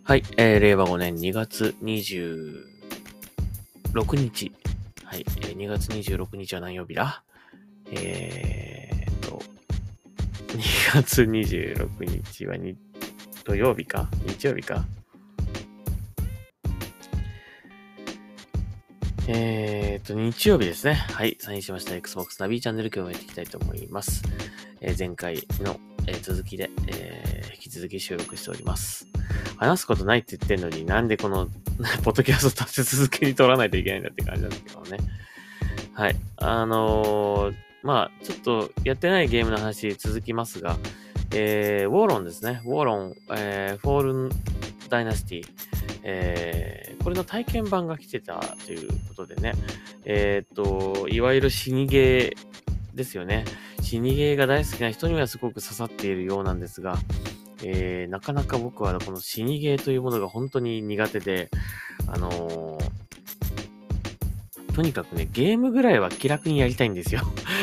はい、令和5年2月26日。はい、2月26日は何曜日だ2月26日は土曜日か日曜日か日曜日ですね。はい、サインしました Xbox ナビチャンネル今日もやっていきたいと思います。前回の、続きで、引き続き収録しております。話すことないって言ってんのになんでこのポッドキャスト立て続けに撮らないといけないんだって感じなんですけどね。はい。ちょっとやってないゲームの話続きますが、ウォーロンですね。ウォーロン、フォールンダイナスティ。これの体験版が来てたということでね。いわゆる死にゲーですよね。死にゲーが大好きな人にはすごく刺さっているようなんですが、なかなか僕はこの死にゲーというものが本当に苦手で、とにかくね、ゲームぐらいは気楽にやりたいんですよ。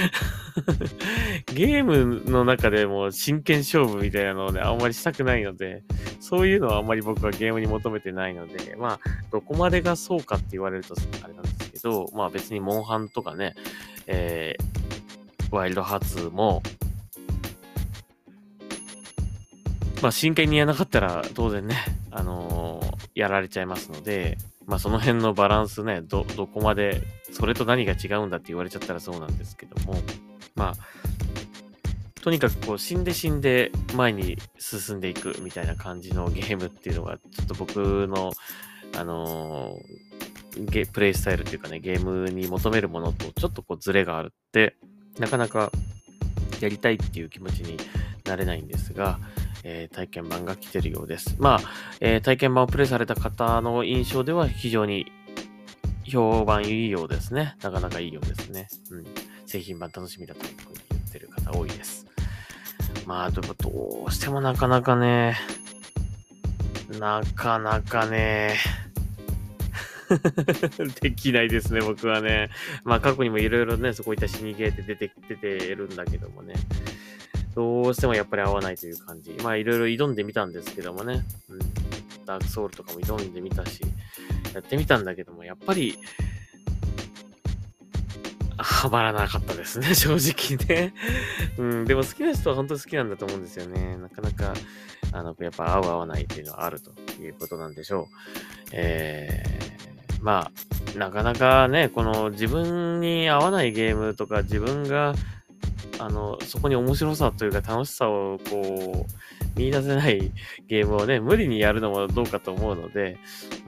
ゲームの中でも真剣勝負みたいなのをね、あんまりしたくないので、そういうのはあんまり僕はゲームに求めてないので、どこまでがそうかって言われるとあれなんですけど、別にモンハンとかね、ワイルドハーツも、真剣にやらなかったら当然ね、やられちゃいますので、その辺のバランスね、どこまで、それと何が違うんだって言われちゃったらそうなんですけども、とにかく死んで前に進んでいくみたいな感じのゲームっていうのが、ちょっと僕の、プレイスタイルっていうかね、ゲームに求めるものとちょっとズレがあるって、なかなかやりたいっていう気持ちになれないんですが、体験版が来てるようです。体験版をプレイされた方の印象では非常に評判いいようですね。なかなかいいようですね。製品版楽しみだというふうに言ってる方多いです。でもどうしてもなかなかね、できないですね、僕はね。過去にもいろいろね、そういった死にゲーって出てるんだけどもね。どうしてもやっぱり合わないという感じ。いろいろ挑んでみたんですけどもね。ダークソウルとかも挑んでみたし、やってみたんだけども、やっぱり、はまらなかったですね、正直ね。でも好きな人は本当に好きなんだと思うんですよね。なかなか、やっぱ合う合わないっていうのはあるということなんでしょう。なかなかね、この自分に合わないゲームとか、自分がそこに面白さというか楽しさを見出せないゲームをね、無理にやるのもどうかと思うので、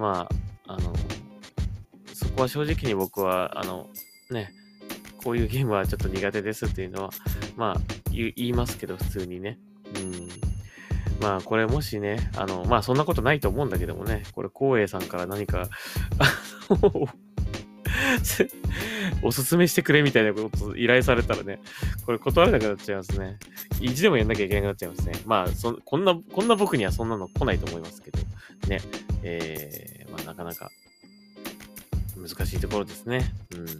そこは正直に僕は、こういうゲームはちょっと苦手ですっていうのは、言いますけど、普通にね。これもしね、そんなことないと思うんだけどもね、これ、光栄さんから何か、おすすめしてくれみたいなこと依頼されたらね、これ断れなくなっちゃいますね。意地でもやんなきゃいけなくなっちゃいますね。こんな僕にはそんなの来ないと思いますけど、ね。なかなか難しいところですね。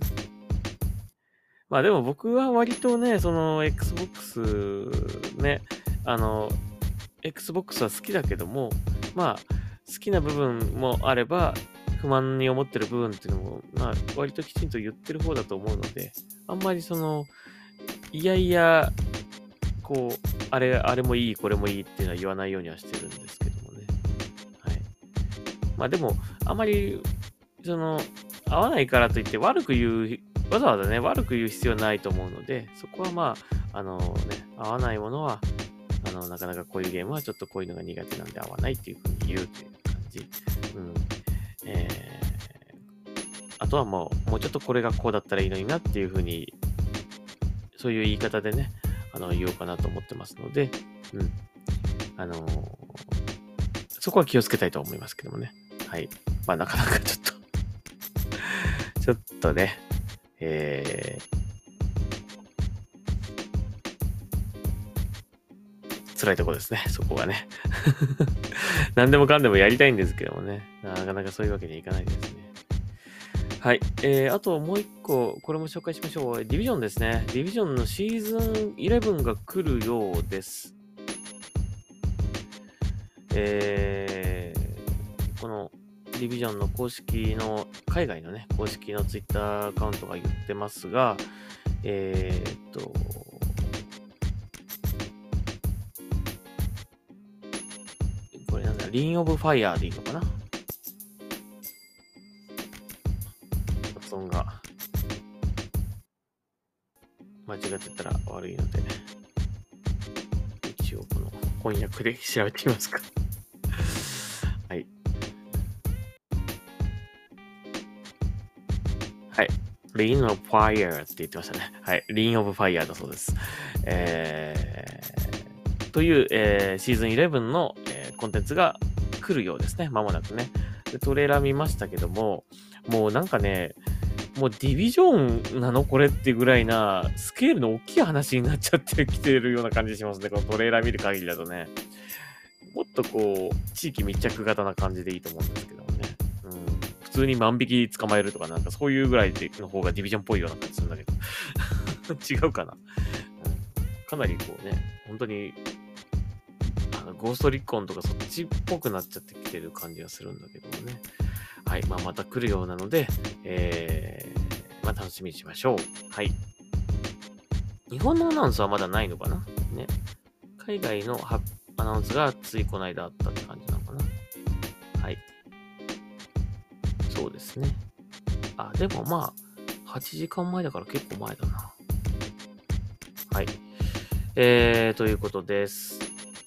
でも僕は割とね、Xbox ね、Xbox は好きだけども、好きな部分もあれば、不満に思ってる部分っていうのも、割ときちんと言ってる方だと思うので、あんまりいやいや、あれもいい、これもいいっていうのは言わないようにはしてるんですけどもね。はい。でも、あまり、合わないからといってわざわざね、悪く言う必要はないと思うので、そこは合わないものは、なかなかこういうゲームはちょっとこういうのが苦手なんで合わないっていうふうに言うという感じ。あとはもうちょっとこれがこうだったらいいのになっていうふうに、そういう言い方でね、言おうかなと思ってますので、そこは気をつけたいと思いますけどもね。はい。なかなかちょっとね、辛いところですね、そこがね。何でもかんでもやりたいんですけどもね、なかなかそういうわけにはいかないですね。はい。あともう一個、これも紹介しましょう。ディビジョンですね。ディビジョンのシーズン11が来るようです。 このディビジョンの公式の、海外のね、公式のツイッターアカウントが言ってますが、これなんだ、リン・オブ・ファイヤーでいいのかな、発音が間違ってたら悪いので、一応この翻訳で調べてみますか。はい。はい。リン・オブ・ファイヤーって言ってましたね。はい。リン・オブ・ファイヤーだそうです。という、シーズン11の、コンテンツが来るようですね。間もなくね。でトレーラー見ましたけども、もうなんかね、もうディビジョンなのこれっていうぐらいな、スケールの大きい話になっちゃってきてるような感じしますね。このトレーラー見る限りだとね。もっとこう、地域密着型な感じでいいと思うんですけどもね。うん、普通に万引き捕まえるとかなんかそういうぐらいの方がディビジョンっぽいような感じするんだけど。違うかな、うん。かなりこうね、本当に、ゴーストリッコンとかそっちっぽくなっちゃってきてる感じがするんだけどもね。はい。まあ、また来るようなので、まあ、楽しみにしましょう。はい。日本のアナウンスはまだないのかなね。海外のアナウンスがついこの間あったって感じなのかな。はい。そうですね。あ、でもまあ、8時間前だから結構前だな。はい。ということです。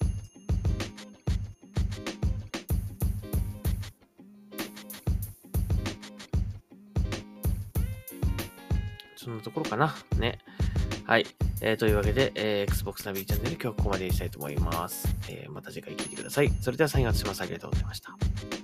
そんなところかな。ね。はい。というわけで、Xbox ナビチャンネル今日はここまでにしたいと思います。また次回聞いてください。それではサインアウトします。ありがとうございました。